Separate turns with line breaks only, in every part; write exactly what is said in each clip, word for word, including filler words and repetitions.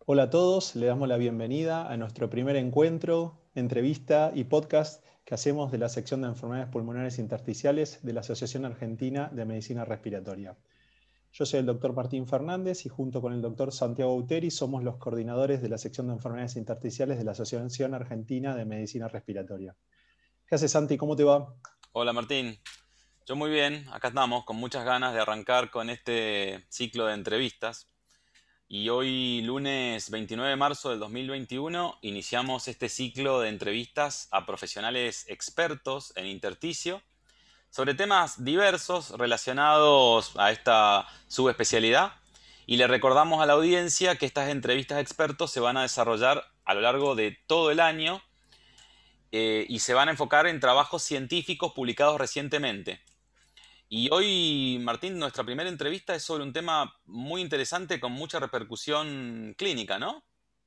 Hola a todos, le damos la bienvenida a nuestro primer encuentro, entrevista y podcast que hacemos de la sección de enfermedades pulmonares intersticiales de la Asociación Argentina de Medicina Respiratoria. Yo soy el doctor Martín Fernández y junto con el doctor Santiago Uteri somos los coordinadores de la sección de enfermedades intersticiales de la Asociación Argentina de Medicina Respiratoria. ¿Qué haces, Santi? ¿Cómo te va?
Hola Martín, yo muy bien, acá estamos con muchas ganas de arrancar con este ciclo de entrevistas y hoy lunes veintinueve de marzo del dos mil veintiuno iniciamos este ciclo de entrevistas a profesionales expertos en intersticio sobre temas diversos relacionados a esta subespecialidad y le recordamos a la audiencia que estas entrevistas a expertos se van a desarrollar a lo largo de todo el año eh, y se van a enfocar en trabajos científicos publicados recientemente. Y hoy, Martín, nuestra primera entrevista es sobre un tema muy interesante con mucha repercusión clínica, ¿no?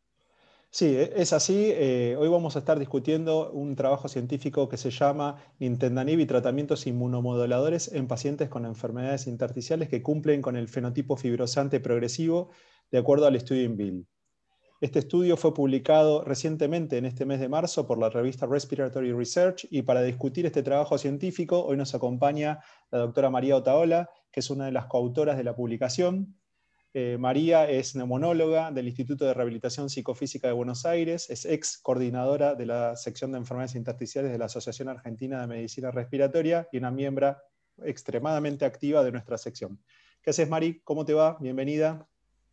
Sí, e- es así. Eh, hoy vamos a estar discutiendo un trabajo científico que se llama Nintedanib y tratamientos inmunomoduladores en pacientes con enfermedades intersticiales que cumplen con el fenotipo fibrosante progresivo de acuerdo al estudio INVIL. Este estudio fue publicado recientemente en este mes de marzo por la revista Respiratory Research y para discutir este trabajo científico hoy nos acompaña la doctora María Otaola, que es una de las coautoras de la publicación. Eh, María es neumonóloga del Instituto de Rehabilitación Psicofísica de Buenos Aires, es ex coordinadora de la sección de enfermedades intersticiales de la Asociación Argentina de Medicina Respiratoria y una miembro extremadamente activa de nuestra sección. ¿Qué haces, Mari? ¿Cómo te va? Bienvenida.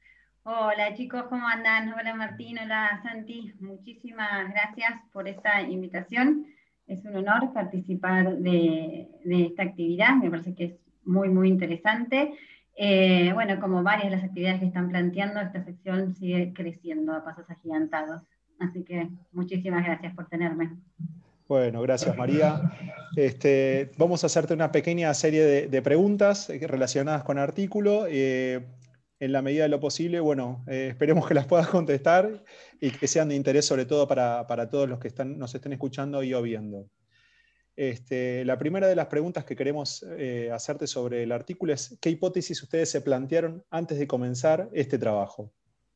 Hola chicos, ¿cómo andan? Hola Martín, hola Santi. Muchísimas gracias por esta invitación. Es un honor participar de, de esta actividad, me parece que es muy, muy interesante. Eh, bueno, como varias de las actividades que están planteando, esta sección sigue creciendo a pasos agigantados. Así que muchísimas gracias por tenerme.
Bueno, gracias, María. Este, vamos a hacerte una pequeña serie de, de preguntas eh, relacionadas con el artículo. Eh, en la medida de lo posible, bueno, eh, esperemos que las puedas contestar y que sean de interés sobre todo para, para todos los que están, nos estén escuchando y o viendo. Este, la primera de las preguntas que queremos eh, hacerte sobre el artículo es ¿qué hipótesis ustedes se plantearon antes de comenzar este trabajo?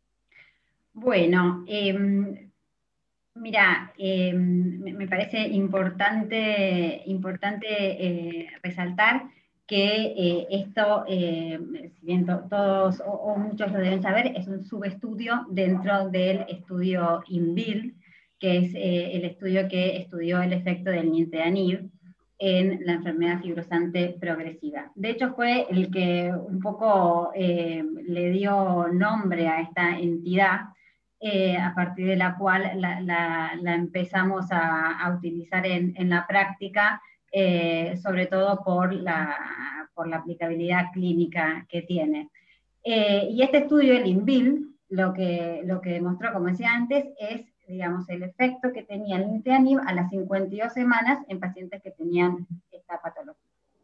Bueno, eh, Mira, eh, me me parece importante, importante eh, resaltar que eh, esto, eh, si bien to- todos o, o muchos lo deben saber, es un subestudio dentro del estudio INVIL, que es eh, el estudio que estudió el efecto del nintedanib en la enfermedad fibrosante progresiva. De hecho, fue el que un poco eh, le dio nombre a esta entidad, eh, a partir de la cual la, la, la empezamos a, a utilizar en, en, la práctica, eh, sobre todo por la, por la aplicabilidad clínica que tiene. Eh, y este estudio, el INVIL, lo que, lo que demostró, como decía antes, es, digamos, el efecto que tenía el nintedanib a las cincuenta y dos semanas en pacientes que tenían esta patología.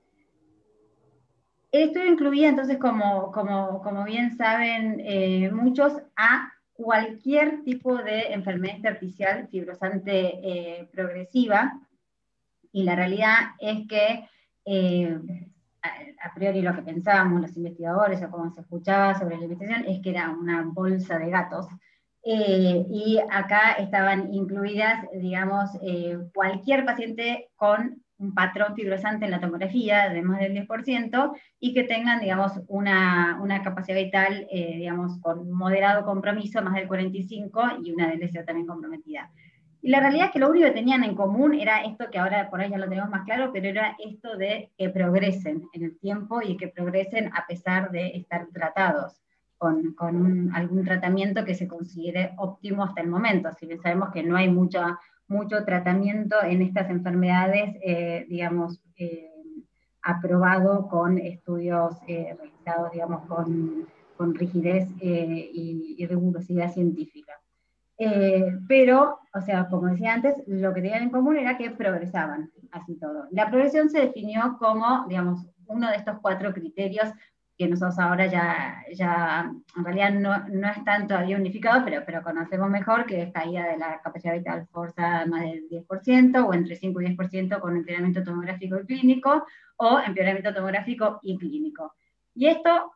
El estudio incluía entonces, como, como, como bien saben eh, muchos, a cualquier tipo de enfermedad intersticial fibrosante eh, progresiva, y la realidad es que eh, a, a priori lo que pensábamos los investigadores o como se escuchaba sobre la investigación es que era una bolsa de gatos. Eh, y acá estaban incluidas, digamos, eh, cualquier paciente con un patrón fibrosante en la tomografía de más del diez por ciento y que tengan, digamos, una, una capacidad vital, eh, digamos, con moderado compromiso, más del cuarenta y cinco, y una D L C O también comprometida. Y la realidad es que lo único que tenían en común era esto, que ahora por ahí ya lo tenemos más claro, pero era esto de que progresen en el tiempo y que progresen a pesar de estar tratados con, con un, algún tratamiento que se considere óptimo hasta el momento. Si bien sabemos que no hay mucha, mucho tratamiento en estas enfermedades, eh, digamos, eh, aprobado con estudios eh, realizados, digamos, con, con rigidez eh, y, y rigurosidad científica. Eh, pero, o sea, como decía antes, lo que tenían en común era que progresaban, así todo. La progresión se definió como, digamos, uno de estos cuatro criterios que nosotros ahora ya, ya en realidad no, no están todavía unificados, pero, pero conocemos mejor, que es caída de la capacidad vital forzada más del diez por ciento, o entre cinco y diez por ciento con empeoramiento tomográfico y clínico, o empeoramiento tomográfico y clínico. Y esto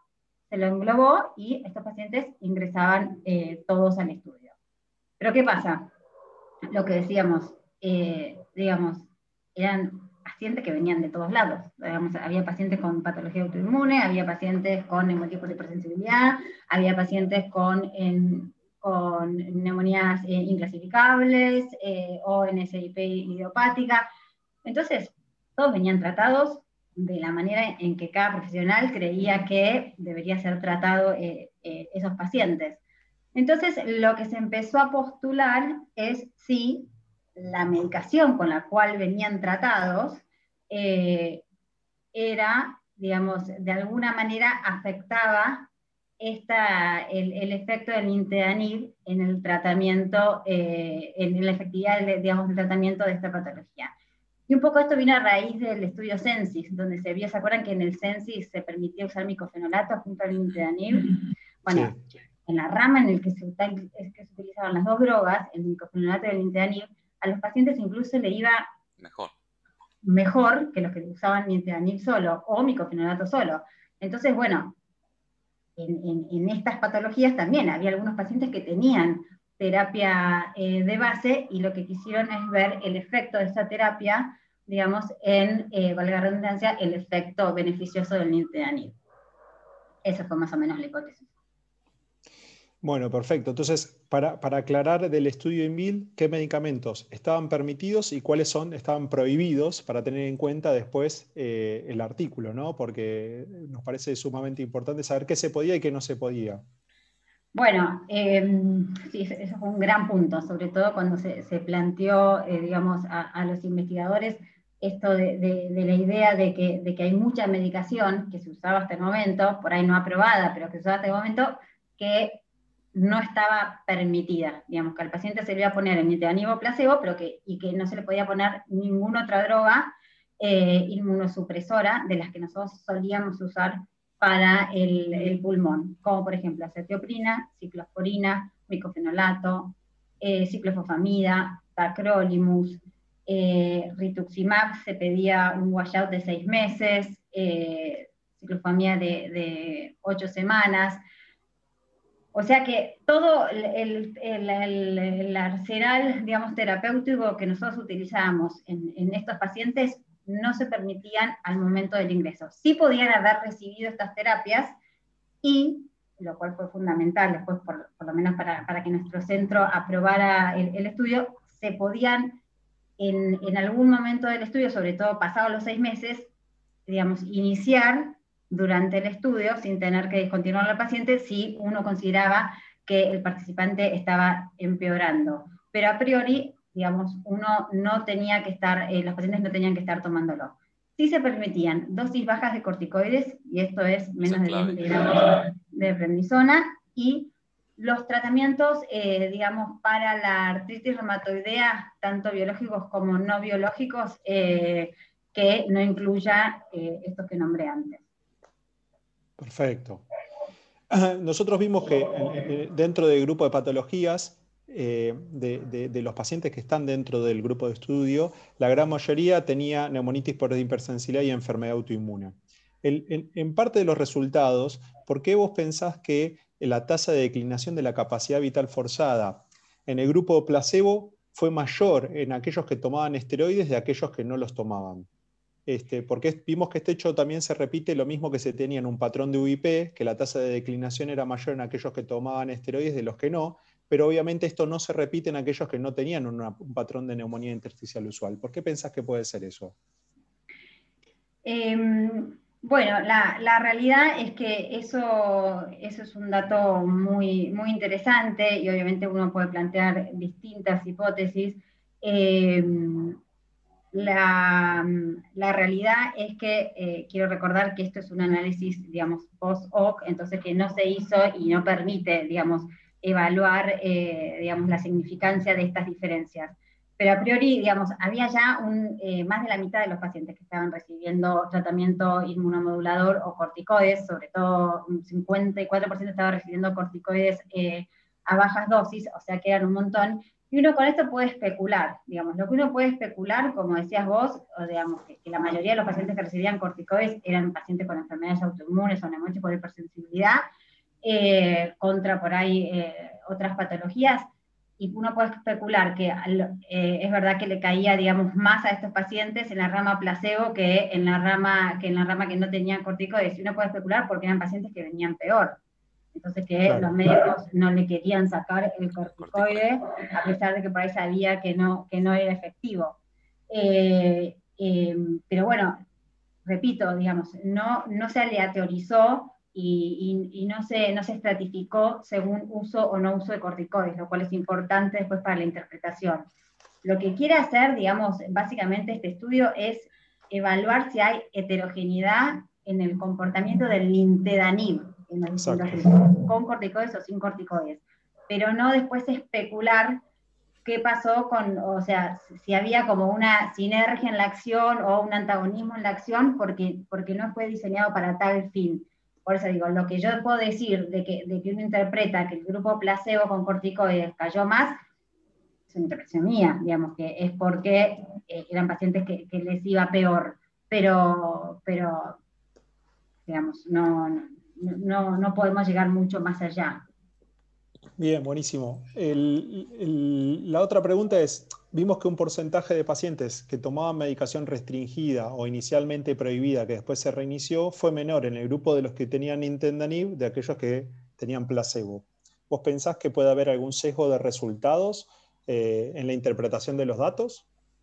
se lo englobó y estos pacientes ingresaban eh, todos al estudio. Pero ¿qué pasa? Lo que decíamos, eh, digamos, eran pacientes que venían de todos lados. Digamos, había pacientes con patología autoinmune, había pacientes con neumotipos de hipersensibilidad, había pacientes con, en, con neumonías eh, inclasificables, eh, o N S I P idiopática. Entonces, todos venían tratados de la manera en que cada profesional creía que debería ser tratado eh, eh, esos pacientes. Entonces, lo que se empezó a postular es si la medicación con la cual venían tratados eh, era, digamos, de alguna manera afectaba esta, el, el efecto del nintedanib en el tratamiento, eh, en la efectividad, digamos, del tratamiento de esta patología. Y un poco esto vino a raíz del estudio Sensis, donde se vio, ¿se acuerdan que en el Sensis se permitía usar micofenolato junto al nintedanib? Bueno, sí. En la rama en la que se, es que se utilizaban las dos drogas, el micofenolato y el nintedanib, a los pacientes incluso le iba
mejor,
mejor que los que usaban nintedanib solo, o micofenolato solo. Entonces, bueno, en, en, en estas patologías también había algunos pacientes que tenían terapia eh, de base, y lo que quisieron es ver el efecto de esa terapia, digamos, en, eh, valga la redundancia, el efecto beneficioso del nintedanib. Esa fue más o menos la hipótesis.
Bueno, perfecto. Entonces, para, para aclarar del estudio INVIL, ¿qué medicamentos estaban permitidos y cuáles son, estaban prohibidos, para tener en cuenta después eh, el artículo, ¿no? Porque nos parece sumamente importante saber qué se podía y qué no se podía.
Bueno, eh, sí, eso fue un gran punto, sobre todo cuando se, se planteó, eh, digamos, a, a los investigadores esto de, de, de la idea de que, de que hay mucha medicación que se usaba hasta el momento, por ahí no aprobada, pero que se usaba hasta el momento, que no estaba permitida, digamos, que al paciente se le iba a poner el nintedanib o placebo, pero que, y que no se le podía poner ninguna otra droga eh, inmunosupresora de las que nosotros solíamos usar para el, el pulmón, como por ejemplo acetioprina, ciclosporina, micofenolato, eh, ciclofosfamida, tacrolimus, eh, rituximab, se pedía un washout de seis meses, eh, ciclofosfamida de, de ocho semanas. O sea que todo el, el, el, el arsenal, digamos, terapéutico que nosotros utilizábamos en, en estos pacientes no se permitían al momento del ingreso. Sí podían haber recibido estas terapias, y, lo cual fue fundamental después, por, por lo menos para, para que nuestro centro aprobara el, el estudio, se podían en, en algún momento del estudio, sobre todo pasados los seis meses, digamos, iniciar durante el estudio sin tener que discontinuar al paciente si uno consideraba que el participante estaba empeorando. Pero a priori, digamos, uno no tenía que estar, eh, los pacientes no tenían que estar tomándolo. Sí se permitían dosis bajas de corticoides, y esto es menos de diez miligramos de prednisona, y los tratamientos, eh, digamos, para la artritis reumatoidea, tanto biológicos como no biológicos, eh, que no incluya eh, estos que nombré antes.
Perfecto. Nosotros vimos que eh, dentro del grupo de patologías, eh, de, de, de los pacientes que están dentro del grupo de estudio, la gran mayoría tenía neumonitis por hipersensibilidad y enfermedad autoinmune. El, en, en parte de los resultados, ¿por qué vos pensás que la tasa de declinación de la capacidad vital forzada en el grupo placebo fue mayor en aquellos que tomaban esteroides de aquellos que no los tomaban? Este, porque vimos que este hecho también se repite lo mismo que se tenía en un patrón de U I P, que la tasa de declinación era mayor en aquellos que tomaban esteroides de los que no, pero obviamente esto no se repite en aquellos que no tenían una, un patrón de neumonía intersticial usual. ¿Por qué pensás que puede ser eso?
Eh, bueno, la, la realidad es que eso, eso es un dato muy, muy interesante, y obviamente uno puede plantear distintas hipótesis. Eh, La, la realidad es que, eh, quiero recordar que esto es un análisis, digamos, post-hoc, entonces que no se hizo y no permite, digamos, evaluar, eh, digamos, la significancia de estas diferencias. Pero a priori, digamos, había ya un, eh, más de la mitad de los pacientes que estaban recibiendo tratamiento inmunomodulador o corticoides, sobre todo un cincuenta y cuatro por ciento estaba recibiendo corticoides eh, a bajas dosis, o sea que eran un montón, Y uno con esto puede especular, digamos, lo que uno puede especular, como decías vos, o digamos, que, que la mayoría de los pacientes que recibían corticoides eran pacientes con enfermedades autoinmunes o neumonía por hipersensibilidad, eh, contra por ahí eh, otras patologías, y uno puede especular que eh, es verdad que le caía, digamos, más a estos pacientes en la rama placebo que en la rama que, en la rama que no tenían corticoides, y uno puede especular porque eran pacientes que venían peor. Entonces que claro, los médicos no le querían sacar el corticoide, a pesar de que por ahí sabía que no, que no era efectivo. Eh, eh, pero bueno, repito, digamos, no, no se aleatorizó y, y, y no, se, no se estratificó según uso o no uso de corticoides, lo cual es importante después para la interpretación. Lo que quiere hacer, digamos, básicamente este estudio es evaluar si hay heterogeneidad en el comportamiento del nintedanib, en los distintos grupos, con corticoides o sin corticoides, pero no después especular qué pasó con, o sea, si había como una sinergia en la acción o un antagonismo en la acción, porque, porque no fue diseñado para tal fin. Por eso digo, lo que yo puedo decir de que, de que uno interpreta que el grupo placebo con corticoides cayó más, es una interpretación mía, digamos, que es porque eh, eran pacientes que, que les iba peor, pero, pero digamos, no, no, no podemos llegar mucho más allá.
Bien, buenísimo. El, el, la otra pregunta es, vimos que un porcentaje de pacientes que tomaban medicación restringida o inicialmente prohibida, que después se reinició, fue menor en el grupo de los que tenían nintedanib de aquellos que tenían placebo. ¿Vos pensás que puede haber algún sesgo de resultados eh, en la interpretación de los datos?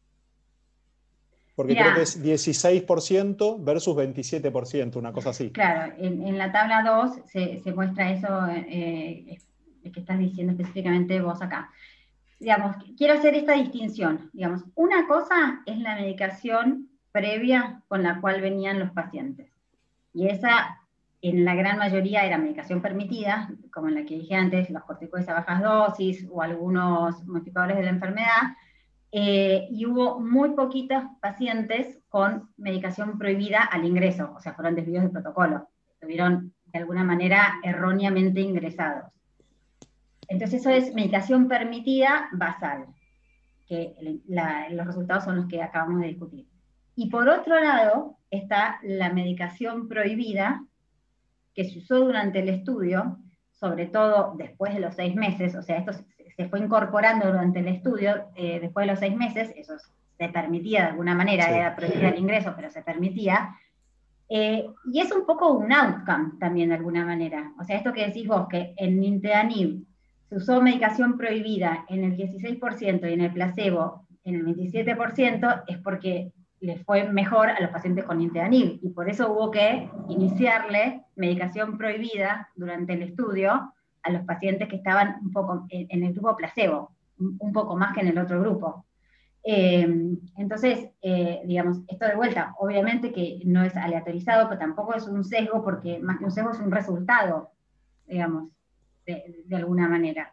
Porque Mirá, creo que es dieciséis por ciento versus veintisiete por ciento, una cosa así.
Claro, en, en la tabla dos se, se muestra eso eh, que estás diciendo específicamente vos acá. Digamos, quiero hacer esta distinción. Digamos, una cosa es la medicación previa con la cual venían los pacientes. Y esa, en la gran mayoría, era medicación permitida, como en la que dije antes, los corticoides a bajas dosis o algunos modificadores de la enfermedad. Eh, y hubo muy poquitos pacientes con medicación prohibida al ingreso, o sea, fueron desvíos de protocolo, estuvieron de alguna manera erróneamente ingresados. Entonces eso es medicación permitida basal, que la, los resultados son los que acabamos de discutir. Y por otro lado está la medicación prohibida, que se usó durante el estudio, sobre todo después de los seis meses, o sea, esto se fue incorporando durante el estudio, eh, después de los seis meses, eso se permitía de alguna manera, sí. Era prohibida el ingreso, pero se permitía, eh, y es un poco un outcome también de alguna manera, o sea, esto que decís vos, que en nintedanib se usó medicación prohibida en el dieciséis por ciento y en el placebo en el veintisiete por ciento, es porque les fue mejor a los pacientes con nintedanib, y por eso hubo que iniciarle medicación prohibida durante el estudio a los pacientes que estaban un poco en, en el grupo placebo, un, un poco más que en el otro grupo. Eh, entonces, eh, digamos, esto de vuelta, obviamente que no es aleatorizado, pero tampoco es un sesgo, porque más que un sesgo es un resultado, digamos, de, de alguna manera.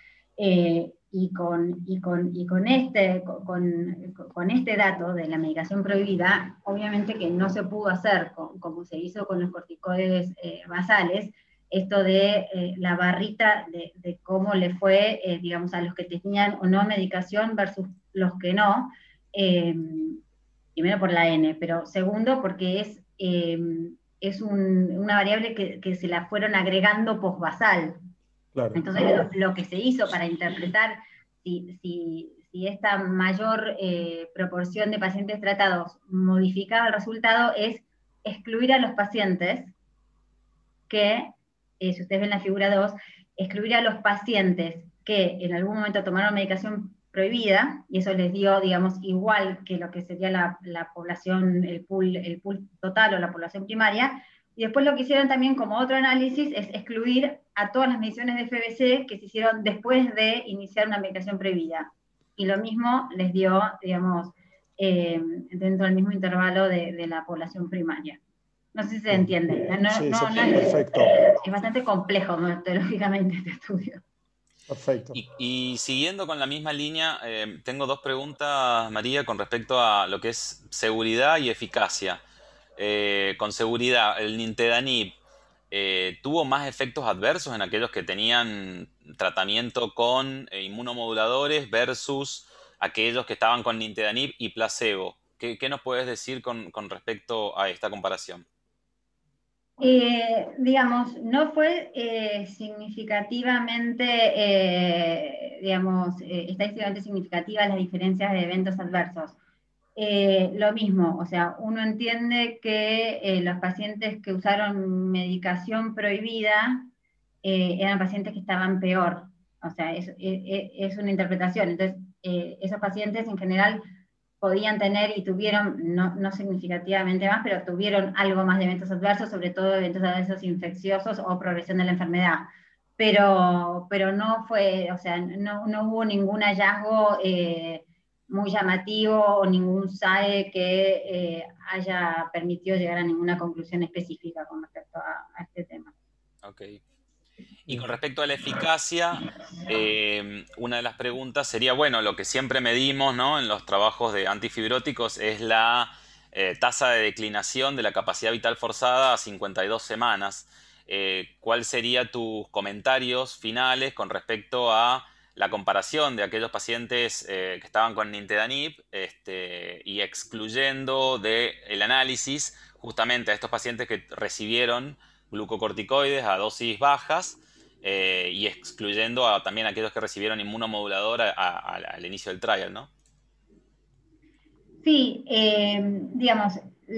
Eh, y, con, y, con, y con, este, con, con este dato de la medicación prohibida, obviamente que no se pudo hacer con, como se hizo con los corticoides eh, basales, esto de eh, la barrita de, de cómo le fue, eh, digamos, a los que tenían o no medicación versus los que no, eh, primero por la N, pero segundo porque es, eh, es un, una variable que, que se la fueron agregando posbasal. Claro. Entonces lo, lo que se hizo para interpretar si, si, si esta mayor eh, proporción de pacientes tratados modificaba el resultado es excluir a los pacientes que, eh, si ustedes ven la figura dos, excluir a los pacientes que en algún momento tomaron medicación prohibida, y eso les dio, digamos, igual que lo que sería la, la población, el pool, el pool total o la población primaria, y después lo que hicieron también como otro análisis es excluir a todas las mediciones de F B C que se hicieron después de iniciar una medicación prohibida. Y lo mismo les dio, digamos, eh, dentro del mismo intervalo de, de la población primaria. No sé si se entiende. No,
sí,
no,
sí,
no,
perfecto.
Es bastante complejo metodológicamente este estudio.
Perfecto.
Y, y siguiendo con la misma línea, eh, tengo dos preguntas, María, con respecto a lo que es seguridad y eficacia. Eh, con seguridad, el nintedanib, eh, ¿tuvo más efectos adversos en aquellos que tenían tratamiento con eh, inmunomoduladores versus aquellos que estaban con nintedanib y placebo? ¿Qué, qué nos puedes decir con, con respecto a esta comparación?
Eh, digamos, no fue eh, significativamente, eh, digamos, eh, estadísticamente significativas las diferencias de eventos adversos. Eh, lo mismo, o sea, uno entiende que eh, los pacientes que usaron medicación prohibida eh, eran pacientes que estaban peor. O sea, es, es, es una interpretación. Entonces, eh, esos pacientes en general podían tener y tuvieron, no, no significativamente más, pero tuvieron algo más de eventos adversos, sobre todo eventos adversos infecciosos o progresión de la enfermedad. Pero, pero no fue, o sea, no, no hubo ningún hallazgo eh, muy llamativo o ningún S A E que eh, haya permitido llegar a ninguna conclusión específica con respecto a, a este tema.
Ok. Y con respecto a la eficacia, eh, una de las preguntas sería, bueno, lo que siempre medimos, ¿no?, en los trabajos de antifibróticos es la eh, tasa de declinación de la capacidad vital forzada a cincuenta y dos semanas. Eh, ¿cuál serían tus comentarios finales con respecto a la comparación de aquellos pacientes eh, que estaban con nintedanib este, y excluyendo del análisis justamente a estos pacientes que recibieron glucocorticoides a dosis bajas? Eh, y excluyendo a, también a aquellos que recibieron inmunomodulador a, a, a, al inicio del trial, ¿no?
Sí, eh, digamos,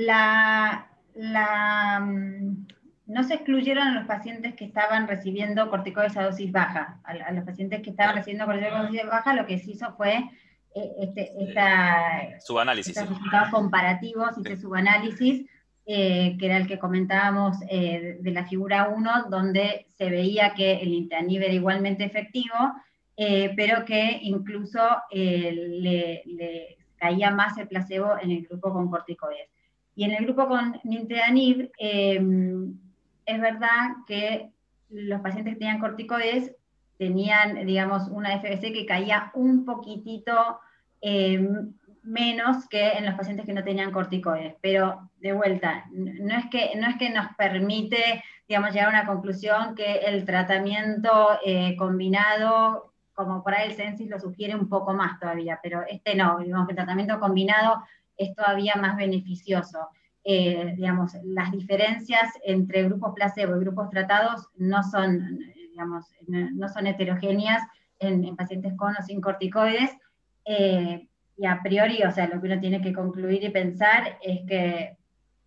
la, la, mm, no se excluyeron a los pacientes que estaban recibiendo corticoides a dosis baja. A, a los pacientes que estaban
Claro.
recibiendo corticoides a dosis baja, lo que se hizo fue eh, este, esta,
Subanálisis,
estos
sí.
resultados comparativos y
Sí.
este subanálisis, eh, que era el que comentábamos eh, de la figura uno, donde se veía que el nintedanib era igualmente efectivo, eh, pero que incluso eh, le, le caía más el placebo en el grupo con corticoides. Y en el grupo con nintedanib, eh, es verdad que los pacientes que tenían corticoides tenían, digamos, una F B C que caía un poquitito eh, menos que en los pacientes que no tenían corticoides. Pero, de vuelta, no es que, no es que nos permite, digamos, llegar a una conclusión que el tratamiento eh, combinado, como por ahí el Censis lo sugiere un poco más todavía, pero este no, digamos que el tratamiento combinado es todavía más beneficioso. Eh, digamos, las diferencias entre grupos placebo y grupos tratados no son, digamos, no, no son heterogéneas en, en, pacientes con o sin corticoides, eh, y a priori, o sea, lo que uno tiene que concluir y pensar es que,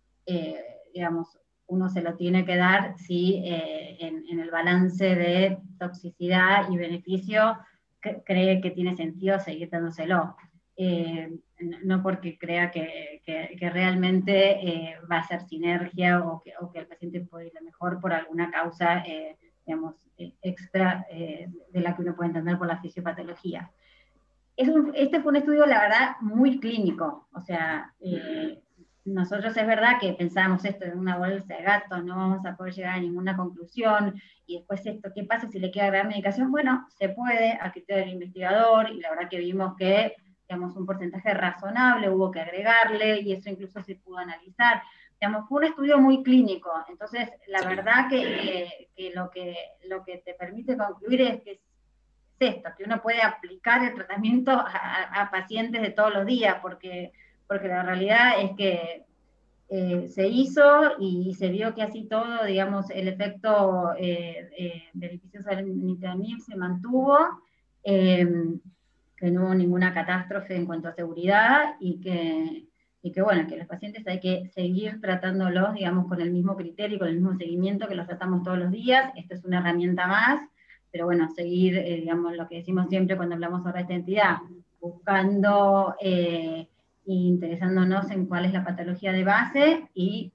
eh, digamos, uno se lo tiene que dar si eh, en, en el balance de toxicidad y beneficio que, cree que tiene sentido seguir dándoselo. Eh, no porque crea que, que, que realmente eh, va a ser sinergia o que, o que el paciente puede ir mejor por alguna causa, eh, digamos, extra eh, de la que uno puede entender por la fisiopatología. Es un, este fue un estudio, la verdad, muy clínico. O sea, eh, nosotros es verdad que pensábamos esto en una bolsa de gato, no vamos a poder llegar a ninguna conclusión, y después esto, ¿qué pasa si le queda agregar medicación? Bueno, se puede, a criterio del investigador, y la verdad que vimos que, digamos, un porcentaje razonable hubo que agregarle, y eso incluso se pudo analizar. Digamos, fue un estudio muy clínico, entonces la sí. verdad que, que, que, lo que lo que te permite concluir es que esto, que uno puede aplicar el tratamiento a, a pacientes de todos los días, porque, porque la realidad es que eh, se hizo y se vio que así todo, digamos, el efecto eh, eh, beneficioso del nintedanib se mantuvo, eh, que no hubo ninguna catástrofe en cuanto a seguridad y que, y que, bueno, que los pacientes hay que seguir tratándolos, digamos, con el mismo criterio y con el mismo seguimiento que los tratamos todos los días. Esto es una herramienta más, pero bueno, seguir, eh, digamos, lo que decimos siempre cuando hablamos sobre esta entidad, buscando eh, e interesándonos en cuál es la patología de base y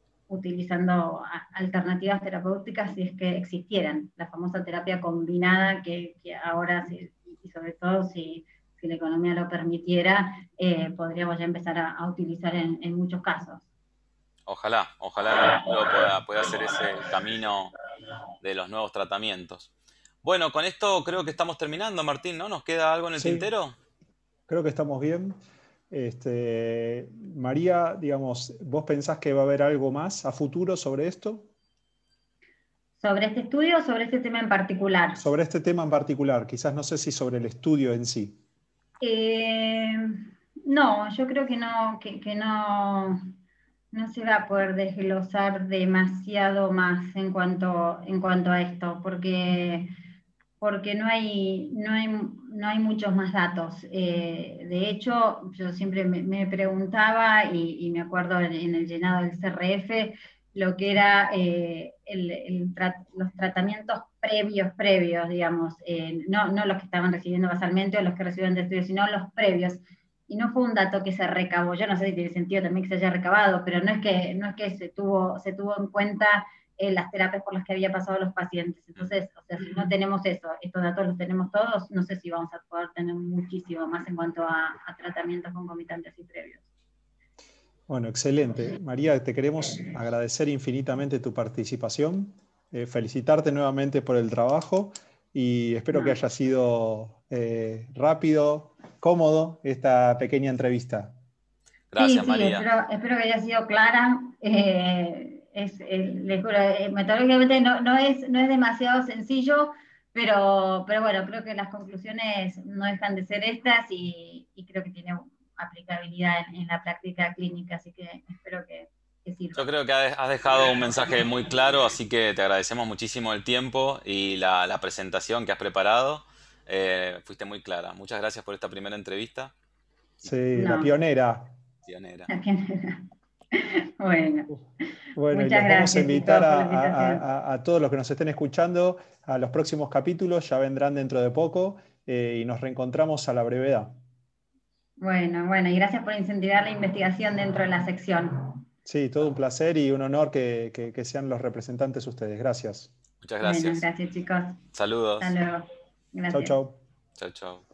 utilizando alternativas terapéuticas si es que existieran, la famosa terapia combinada que, que ahora, y sobre todo si, si la economía lo permitiera, eh, podríamos ya empezar a, a utilizar en, en muchos casos.
Ojalá, ojalá el futuro pueda, pueda ser ese el camino de los nuevos tratamientos. Bueno, con esto creo que estamos terminando, Martín, ¿no? ¿Nos queda algo en el
sí,
tintero?
Creo que estamos bien. Este, María, digamos, ¿vos pensás que va a haber algo más a futuro sobre esto?
¿Sobre este estudio o sobre este tema en particular?
Sobre este tema en particular, quizás no sé si sobre el estudio en sí.
Eh, no, yo creo que no, que, que no, no se va a poder desglosar demasiado más en cuanto, en cuanto a esto, porque, porque no hay, no hay, no hay muchos más datos. Eh, de hecho, yo siempre me, me preguntaba, y, y me acuerdo en, en el llenado del C R F, lo que era eh, el, el tra los tratamientos previos, previos, digamos, eh, no, no los que estaban recibiendo basalmente o los que reciben de estudio, sino los previos. Y no fue un dato que se recabó, yo no sé si tiene sentido también que se haya recabado, pero no es que, no es que se, tuvo, se tuvo en cuenta eh, las terapias por las que había pasado los pacientes. Entonces, o sea, si no tenemos eso, estos datos los tenemos todos, no sé si vamos a poder tener muchísimo más en cuanto a, a tratamientos concomitantes y previos.
Bueno, excelente. María, te queremos agradecer infinitamente tu participación, eh, felicitarte nuevamente por el trabajo y espero
No.
que haya sido eh, rápido, cómodo esta pequeña entrevista.
Gracias,
sí, sí,
María.
espero, espero que haya sido clara. Eh, es, eh, les juro, eh, metodológicamente no, no, es, no es demasiado sencillo, pero, pero bueno, creo que las conclusiones no dejan de ser estas y, y creo que tiene aplicabilidad en, en la práctica clínica, así que espero que, que sirva.
Yo creo que has dejado un mensaje muy claro, así que te agradecemos muchísimo el tiempo y la, la presentación que has preparado. Eh, fuiste muy clara. Muchas gracias por esta primera entrevista.
Sí, la
No,
pionera.
Pionera.
la pionera. Bueno,
Bueno, y
muchas
los vamos a
gracias,
invitar
chicos, por
a,
la invitación.
a- a- a todos los que nos estén escuchando a los próximos capítulos, ya vendrán dentro de poco eh, y nos reencontramos a la brevedad.
Bueno, bueno, y gracias por incentivar la investigación dentro de la sección.
Sí, todo un placer y un honor que, que- que sean los representantes ustedes. Gracias.
Muchas
Bueno,
gracias.
gracias, chicos. Hasta
Saludos.
luego.
Chau,
Gracias.
chau.
Chao, chao.